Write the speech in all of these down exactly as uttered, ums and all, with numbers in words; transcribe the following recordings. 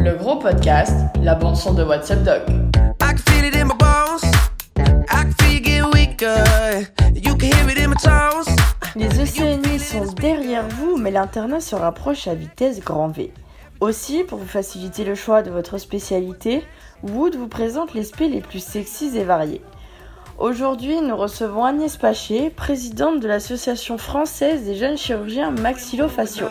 Le gros podcast, la bande-son de WhatsApp Doc. Les E C N I sont derrière vous, mais l'internat se rapproche à vitesse grand V. Aussi, pour vous faciliter le choix de votre spécialité, Wood vous présente les spé les plus sexys et variés. Aujourd'hui, nous recevons Agnès Paché, présidente de l'Association française des jeunes chirurgiens maxillofaciaux.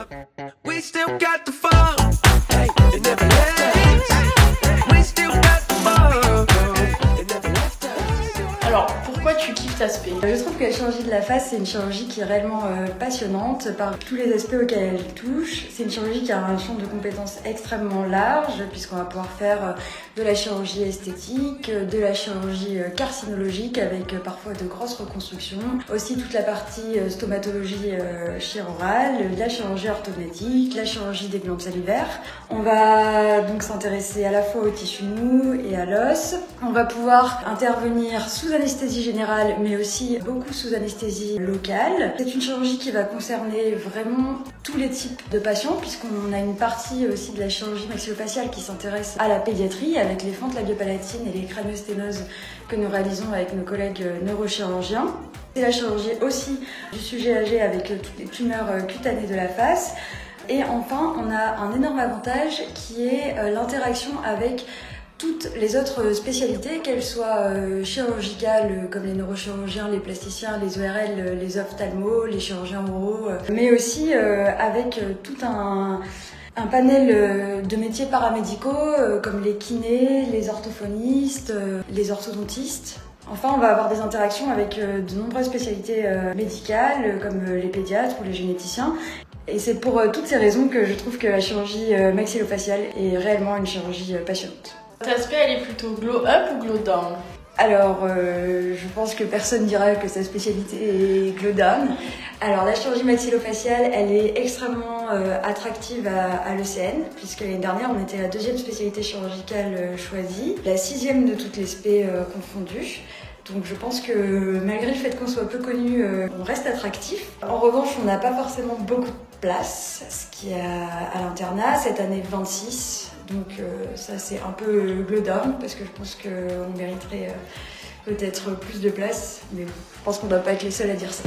Alors, pourquoi tu kiffes ta spé ? Je trouve que la chirurgie de la face, c'est une chirurgie qui est réellement euh, passionnante par tous les aspects auxquels elle touche. C'est une chirurgie qui a un champ de compétences extrêmement large, puisqu'on va pouvoir faire euh, de la chirurgie esthétique, euh, de la chirurgie euh, carcinologique avec euh, parfois de grosses reconstructions, aussi toute la partie euh, stomatologie euh, chirurale, la chirurgie orthodontique, la chirurgie des glandes salivaires. On va donc s'intéresser à la fois au tissu mou et à l'os. On va pouvoir intervenir sous anesthésie générale, mais aussi beaucoup sous anesthésie locale. C'est une chirurgie qui va concerner vraiment tous les types de patients, puisqu'on a une partie aussi de la chirurgie maxillofaciale qui s'intéresse à la pédiatrie, avec les fentes labiopalatines et les craniosténoses que nous réalisons avec nos collègues neurochirurgiens. C'est la chirurgie aussi du sujet âgé avec toutes les tumeurs cutanées de la face. Et enfin, on a un énorme avantage qui est l'interaction avec toutes les autres spécialités, qu'elles soient euh, chirurgicales euh, comme les neurochirurgiens, les plasticiens, les O R L, euh, les ophtalmos, les chirurgiens oraux, euh, mais aussi euh, avec euh, tout un, un panel euh, de métiers paramédicaux euh, comme les kinés, les orthophonistes, euh, les orthodontistes. Enfin, on va avoir des interactions avec euh, de nombreuses spécialités euh, médicales euh, comme euh, les pédiatres ou les généticiens. Et c'est pour euh, toutes ces raisons que je trouve que la chirurgie euh, maxillofaciale est réellement une chirurgie euh, passionnante. Ta spé, elle est plutôt glow up ou glow down ? Alors, euh, je pense que personne dira que sa spécialité est glow down. Alors, la chirurgie maxillofaciale, elle est extrêmement euh, attractive à, à l'E C N, puisque l'année dernière, on était la deuxième spécialité chirurgicale euh, choisie, la sixième de toutes les spé euh, confondues. Donc je pense que malgré le fait qu'on soit peu connu, euh, on reste attractif. En revanche, on n'a pas forcément beaucoup de place, ce qui est à, à l'internat, cette année vingt-six. Donc euh, ça c'est un peu glow down parce que je pense qu'on mériterait euh, peut-être plus de place. Mais je pense qu'on ne doit pas être les seuls à dire ça.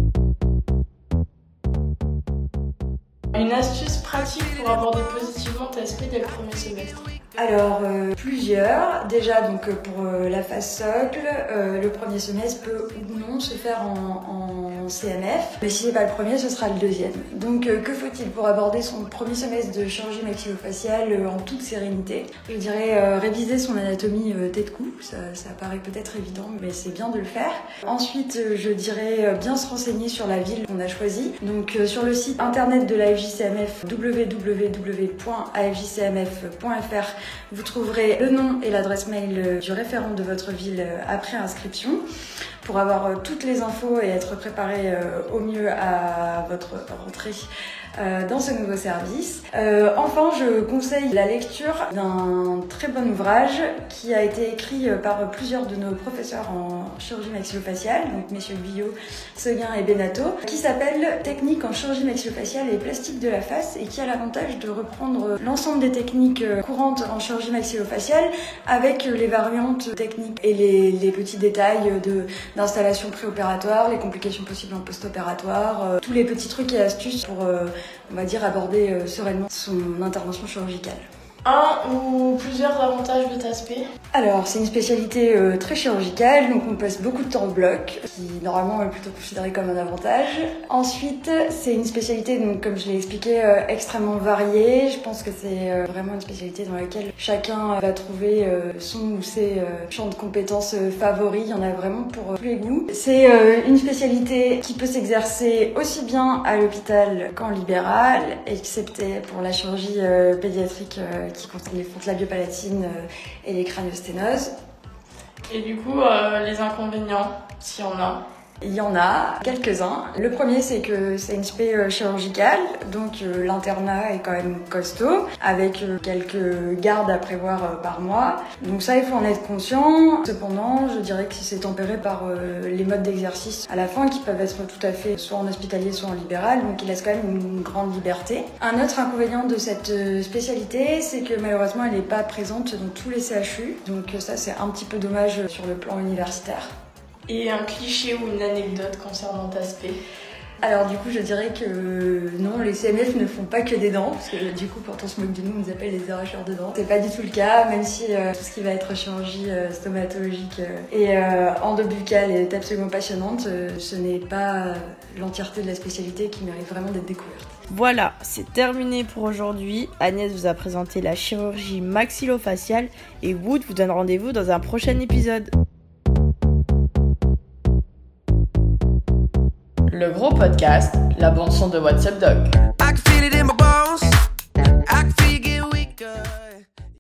Une astuce pratique pour aborder positivement ta spé dès le premier semestre ? Alors, euh, plusieurs. Déjà, donc pour euh, la phase socle, euh, le premier semestre peut ou non se faire en, en C M F. Mais si c'est pas le premier, ce sera le deuxième. Donc, euh, que faut-il pour aborder son premier semestre de chirurgie maxillofaciale euh, en toute sérénité ? Je dirais euh, réviser son anatomie euh, tête-cou. Ça, ça paraît peut-être évident, mais c'est bien de le faire. Ensuite, euh, je dirais euh, bien se renseigner sur la ville qu'on a choisie. Donc, euh, sur le site internet de l'A F J C M F, w w w point a f j c m f point f r, vous trouverez le nom et l'adresse mail du référent de votre ville après inscription pour avoir toutes les infos et être préparé au mieux à votre rentrée dans ce nouveau service. Euh, enfin, je conseille la lecture d'un très bon ouvrage qui a été écrit par plusieurs de nos professeurs en chirurgie maxillofaciale, donc messieurs Guyot, Seguin et Benato, qui s'appelle Techniques en chirurgie maxillofaciale et plastique de la face et qui a l'avantage de reprendre l'ensemble des techniques courantes en chirurgie maxillofaciale avec les variantes techniques et les, les petits détails de, d'installation préopératoire, les complications possibles en post-opératoire, euh, tous les petits trucs et astuces pour euh, on va dire aborder euh, sereinement son intervention chirurgicale. Un ou plusieurs avantages de ta spé ? Alors, c'est une spécialité euh, très chirurgicale, donc on passe beaucoup de temps au bloc, qui normalement est plutôt considéré comme un avantage. Ensuite, c'est une spécialité, donc comme je l'ai expliqué, euh, extrêmement variée. Je pense que c'est euh, vraiment une spécialité dans laquelle chacun va trouver euh, son ou ses euh, champs de compétences euh, favoris. Il y en a vraiment pour euh, tous les goûts. C'est euh, une spécialité qui peut s'exercer aussi bien à l'hôpital qu'en libéral, excepté pour la chirurgie euh, pédiatrique euh, qui concerne les fentes labiopalatines et les craniosténoses. Et du coup, euh, les inconvénients, s'il y en a ? Il y en a quelques-uns. Le premier, c'est que c'est une spé chirurgicale, donc euh, l'internat est quand même costaud, avec euh, quelques gardes à prévoir euh, par mois. Donc ça, il faut en être conscient. Cependant, je dirais que c'est tempéré par euh, les modes d'exercice à la fin, qui peuvent être tout à fait soit en hospitalier, soit en libéral, donc il laisse quand même une grande liberté. Un autre inconvénient de cette spécialité, c'est que malheureusement, elle n'est pas présente dans tous les C H U, donc ça, c'est un petit peu dommage sur le plan universitaire. Et un cliché ou une anecdote concernant ta spé? Alors du coup, je dirais que non, les C M F ne font pas que des dents, parce que du coup, quand on se moque de nous, on nous appelle les arracheurs de dents. C'est pas du tout le cas, même si euh, tout ce qui va être chirurgie euh, stomatologique euh, et euh, endobuccale est absolument passionnante, euh, ce n'est pas l'entièreté de la spécialité qui mérite vraiment d'être découverte. Voilà, c'est terminé pour aujourd'hui. Agnès vous a présenté la chirurgie maxillofaciale et Wood vous donne rendez-vous dans un prochain épisode. Le gros podcast, la bande son de WhatsApp Dog.